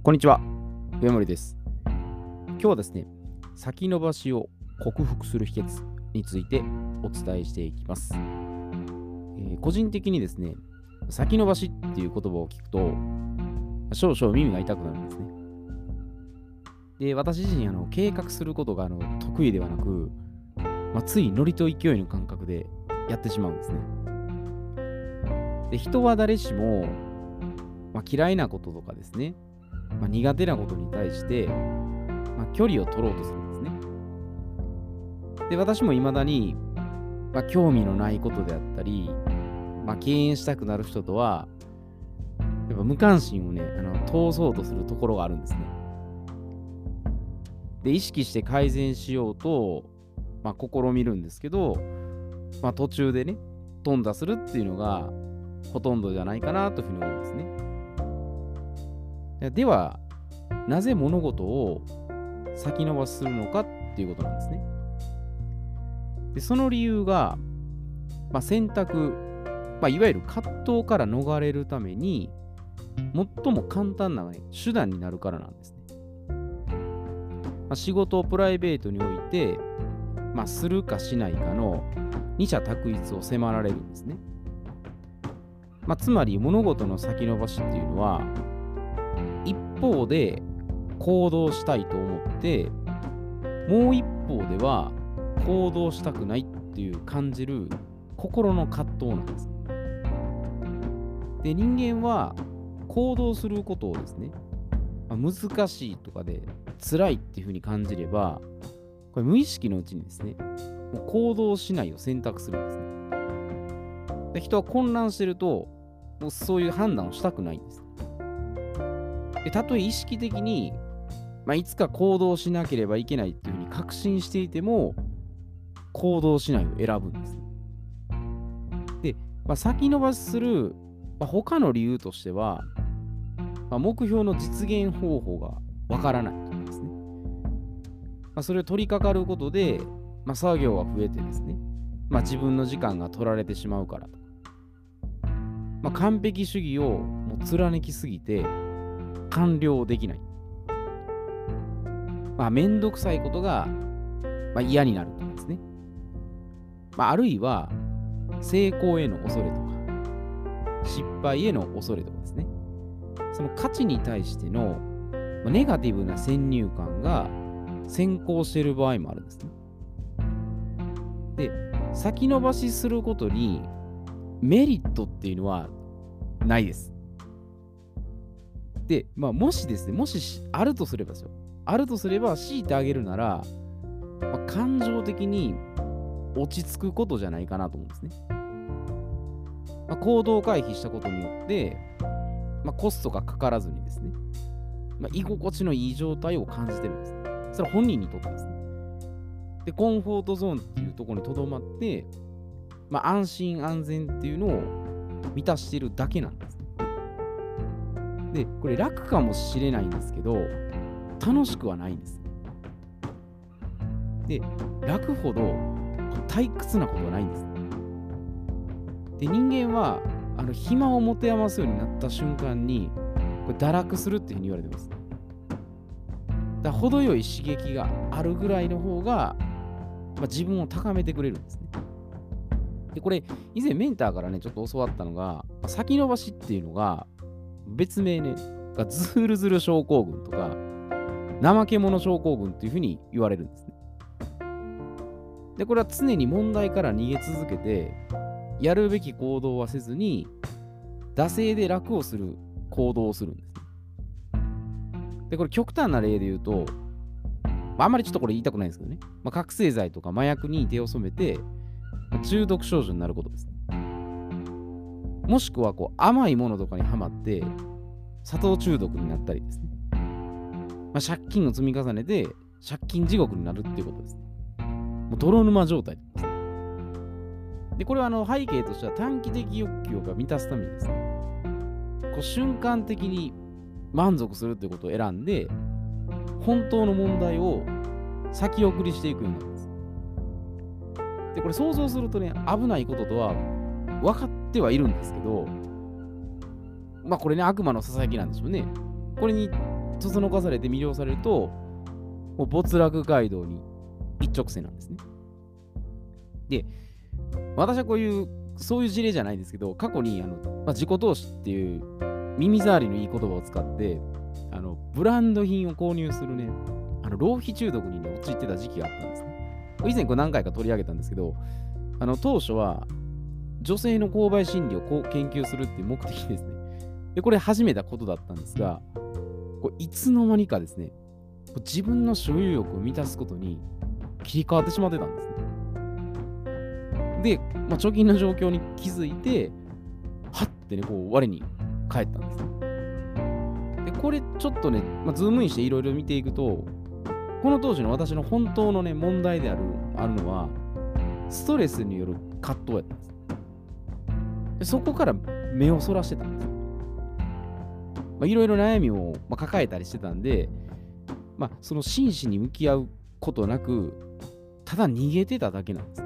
こんにちは、上森です。今日はですね、先延ばしを克服する秘訣についてお伝えしていきます。個人的にですね、先延ばしっていう言葉を聞くと、少々耳が痛くなるんですね。で、私自身、計画することが得意ではなく、ついノリと勢いの感覚でやってしまうんですね。で、人は誰しも、嫌いなこととかですね、苦手なことに対して、距離を取ろうとするんですね。で、私も未だに、興味のないことであったり、敬遠したくなる人とは、やっぱ無関心をね、通そうとするところがあるんですね。で、意識して改善しようと、試みるんですけど、途中でね、頓挫するっていうのが、ほとんどじゃないかなというふうに思うんですね。では、なぜ物事を先延ばしするのかっていうことなんですね。で、その理由が、選択、いわゆる葛藤から逃れるために、最も簡単な、手段になるからなんですね。仕事、プライベートにおいて、するかしないかの二者択一を迫られるんですね。つまり、物事の先延ばしっていうのは、一方で行動したいと思って、もう一方では行動したくないっていう感じる心の葛藤なんです。で、人間は行動することをですね、難しいとかで辛いっていうふうに感じれば、これ無意識のうちにですね、もう行動しないを選択するんですね。で、人は混乱してると、もうそういう判断をしたくないんです。で、たとえ意識的に、いつか行動しなければいけないっていうふうに確信していても、行動しないを選ぶんです。で、先延ばしする、他の理由としては、目標の実現方法がわからないとかですね。それを取り掛かることで、作業が増えてですね、自分の時間が取られてしまうからとか、完璧主義をもう貫きすぎて、完了できない。めんどくさいことが、嫌になるとかですね。あるいは、成功への恐れとか、失敗への恐れとかですね。その価値に対してのネガティブな先入観が先行している場合もあるんですね。で、先延ばしすることにメリットっていうのはないです。で、もしですね、もしあるとすればですよ。あるとすれば、強いてあげるなら、感情的に落ち着くことじゃないかなと思うんですね。行動回避したことによって、コストがかからずにですね、居心地のいい状態を感じてるんです。それは本人にとってですね。で、コンフォートゾーンっていうところにとどまって、安心安全っていうのを満たしているだけなんですね。で、これ楽かもしれないんですけど、楽しくはないんです。で、楽ほど退屈なことはないんです。で、人間は暇を持て余すようになった瞬間に、これ堕落するっていうふうに言われてます。だから程よい刺激があるぐらいの方が、自分を高めてくれるんですね。で、これ、以前メンターからね、ちょっと教わったのが、先延ばしっていうのが、別名ね、ズールズル症候群とか、怠け者症候群っていうふうに言われるんですね。で、これは常に問題から逃げ続けて、やるべき行動はせずに、惰性で楽をする行動をするんですね。で、これ極端な例で言うと、あんまりちょっとこれ言いたくないんですけどね。覚醒剤とか麻薬に手を染めて、中毒症状になることです。もしくは甘いものとかにはまって、砂糖中毒になったりですね。借金を積み重ねて、借金地獄になるっていうことです。もう泥沼状態です。で、これは背景としては短期的欲求を満たすためにですね、瞬間的に満足するということを選んで、本当の問題を先送りしていくようになるんです。で、これ想像するとね、危ないこととは分かってはいるんですけど、これね、悪魔のささやきなんでしょうね。これにそそのかされて魅了されると、もう没落街道に一直線なんですね。で、私はそういう事例じゃないんですけど、過去に自己投資っていう耳障りのいい言葉を使って、ブランド品を購入するね、浪費中毒にね、陥ってた時期があったんですね。以前何回か取り上げたんですけど、当初は女性の購買心理を研究するっていう目的ですね。で、これ始めたことだったんですが、いつの間にかですね、自分の所有欲を満たすことに切り替わってしまってたんですね。で、貯金の状況に気づいて、はってね、我に返ったんですね。で、これちょっとね、ズームインしていろいろ見ていくと、この当時の私の本当のね、問題であるのは、ストレスによる葛藤やったんです。で、そこから目をそらしてたんです。いろいろ悩みを抱えたりしてたんで、その真摯に向き合うことなく、ただ逃げてただけなんです。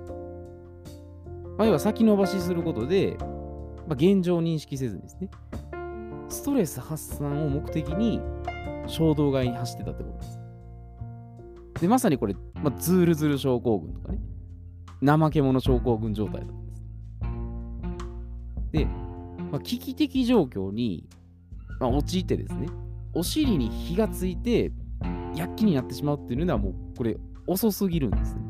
要は先延ばしすることで、現状を認識せずにですね、ストレス発散を目的に衝動買いに走ってたってことです。で、まさにこれ、ズールズル症候群とかね、怠け者症候群状態だったんです。で、危機的状況に、陥ってですね、お尻に火がついて、躍起になってしまうっていうのはもうこれ遅すぎるんですね。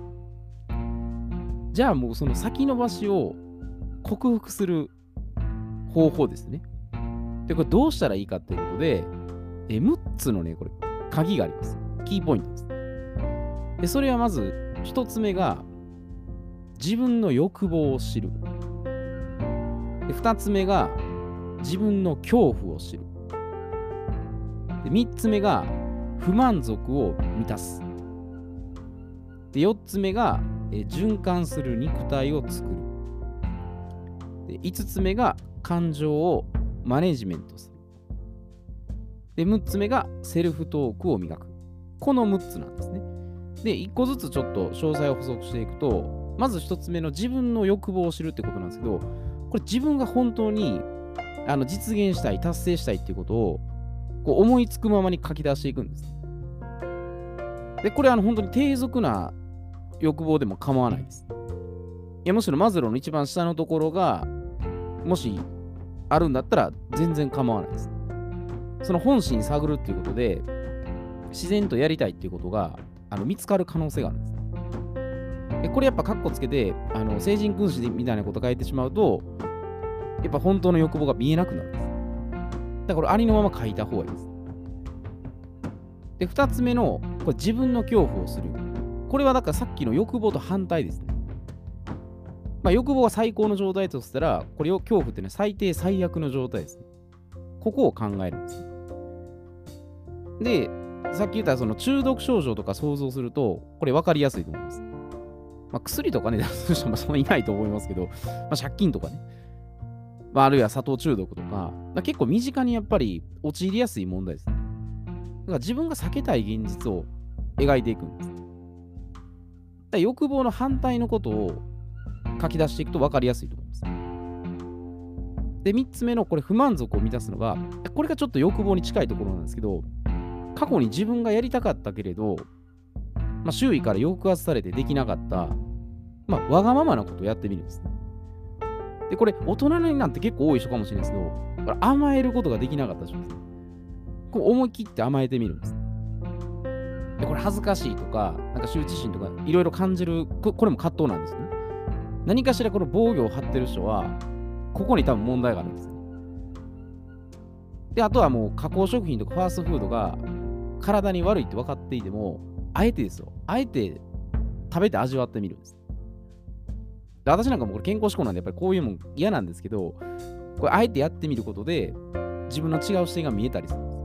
じゃあもうその先延ばしを克服する方法ですね。で、これどうしたらいいかっていうことで、6つのね、これ鍵があります。キーポイントです。で、それはまず1つ目が自分の欲望を知る。で、2つ目が自分の恐怖を知る。で、3つ目が不満足を満たす。で、4つ目が循環する肉体を作る。で、5つ目が感情をマネジメントする。で、6つ目がセルフトークを磨く。この6つなんですね。で、1個ずつちょっと詳細を補足していくと、まず1つ目の自分の欲望を知るってことなんですけど、これ自分が本当に実現したい、達成したいっていうことを思いつくままに書き出していくんです。で、これ本当に低俗な欲望でも構わないです。いや、むしろマズローの一番下のところが、もしあるんだったら全然構わないです。その本心探るっていうことで、自然とやりたいっていうことが見つかる可能性があるんです。で、これやっぱカッコつけて、聖人君子みたいなこと書いてしまうと、やっぱ本当の欲望が見えなくなるんです。だからありのまま書いた方がいいです。で、2つ目の、これ自分の恐怖をする。これはだからさっきの欲望と反対ですね。欲望が最高の状態としたら、これを恐怖っていうのは最低最悪の状態ですね。ここを考えるんです。で、さっき言ったその中毒症状とか想像すると、これ分かりやすいと思います。薬とかね、出す人もそんないないと思いますけど、借金とかね、あるいは砂糖中毒とか、結構身近にやっぱり陥りやすい問題ですね。だから自分が避けたい現実を描いていくんです。欲望の反対のことを書き出していくと分かりやすいと思います。で、3つ目のこれ不満足を満たすのが、これがちょっと欲望に近いところなんですけど、過去に自分がやりたかったけれど、周囲から抑圧されてできなかった、わがままなことをやってみるんですね。で、これ大人になって結構多い人かもしれないですけど、これ甘えることができなかった人です。思い切って甘えてみるんです。で、これ恥ずかしいとか、羞恥心とかいろいろ感じる、これも葛藤なんですね。何かしらこの防御を張ってる人は、ここに多分問題があるんですね。で、あとはもう加工食品とかファーストフードが体に悪いって分かっていても、あえてですよ。あえて食べて味わってみるんです。で、私なんかもこれ健康志向なんでやっぱりこういうもん嫌なんですけど、これあえてやってみることで自分の違う視点が見えたりするんです。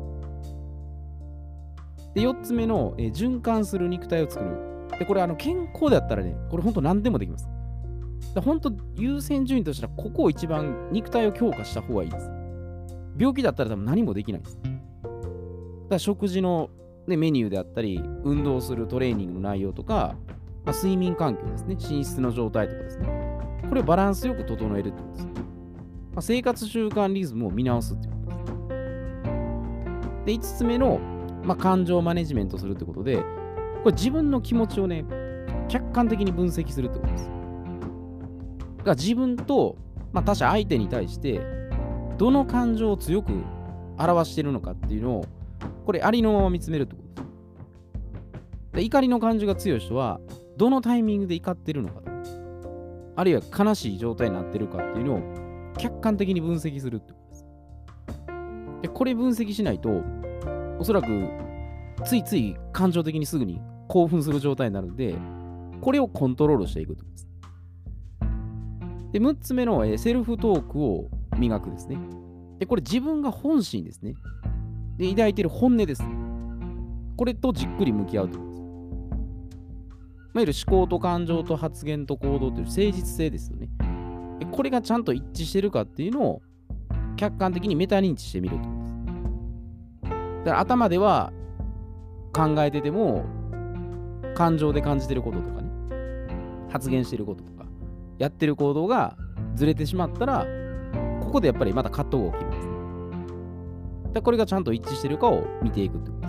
で、4つ目の、循環する肉体を作る。で、これ健康であったらね、これ本当何でもできます。本当優先順位としてはここを一番肉体を強化した方がいいです。病気だったら多分何もできないです。だから食事の、メニューであったり、運動するトレーニングの内容とか、睡眠環境ですね、寝室の状態とかですね。これをバランスよく整えるってことです。生活習慣リズムを見直すってことです。 で、5つ目の、感情マネジメントするってことで、これ自分の気持ちをね、客観的に分析するってことです。が自分と、他者相手に対して、どの感情を強く表しているのかっていうのを、これありのまま見つめるってことです。で、怒りの感情が強い人は、どのタイミングで怒ってるのか、あるいは悲しい状態になってるかっていうのを客観的に分析するってことです。で、これ分析しないと、おそらくついつい感情的にすぐに興奮する状態になるので、これをコントロールしていくってことです。で、6つ目のセルフトークを磨くですね。で、これ自分が本心ですね。で、抱いている本音です。これとじっくり向き合うということです。いわゆる思考と感情と発言と行動という誠実性ですよね。で、これがちゃんと一致してるかっていうのを客観的にメタ認知してみるということです。だから頭では考えてても、感情で感じてることとかね、発言してることとか、やってる行動がずれてしまったら、ここでやっぱりまた葛藤が起きるんですね。だからこれがちゃんと一致してるかを見ていくってことです。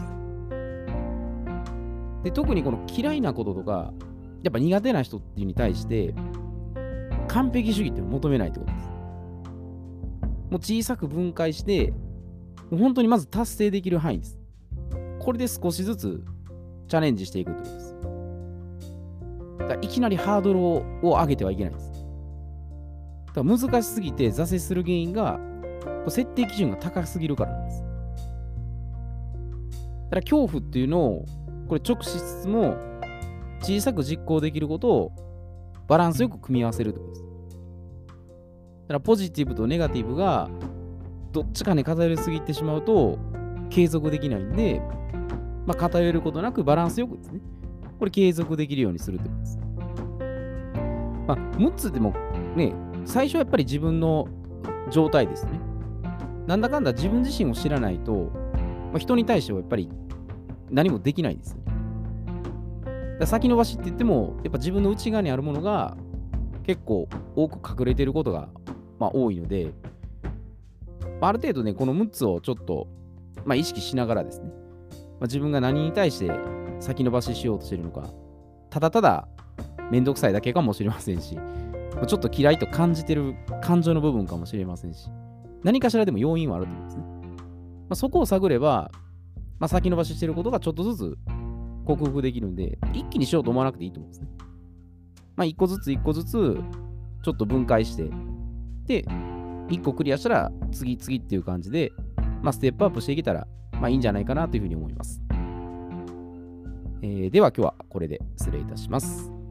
で、特にこの嫌いなこととか、やっぱ苦手な人っていうに対して、完璧主義っていうのを求めないってことです。もう小さく分解して、もう本当にまず達成できる範囲です。これで少しずつチャレンジしていくってことです。だからいきなりハードルを上げてはいけないんです。だから難しすぎて挫折する原因が、設定基準が高すぎるからなんです。だから恐怖っていうのを、これ直視しつつも、小さく実行できることをバランスよく組み合わせるってことです。だからポジティブとネガティブがどっちかに偏りすぎてしまうと継続できないんで、偏ることなくバランスよくですね、これ継続できるようにするってことです。6つでもね、最初はやっぱり自分の状態ですね。なんだかんだ自分自身を知らないと、人に対してはやっぱり何もできないんですよね。だから先延ばしって言っても、やっぱ自分の内側にあるものが結構多く隠れていることが、多いので、ある程度ね、この6つをちょっと、意識しながらですね、自分が何に対して先延ばししようとしているのか、ただただめんどくさいだけかもしれませんし、ちょっと嫌いと感じてる感情の部分かもしれませんし、何かしらでも要因はあると思うんですね。そこを探れば、先延ばししていることがちょっとずつ克服できるんで、一気にしようと思わなくていいと思うんですね。一個ずつ一個ずつちょっと分解して、で、一個クリアしたら次々っていう感じで、ステップアップしていけたら、いいんじゃないかなというふうに思います。では今日はこれで失礼いたします。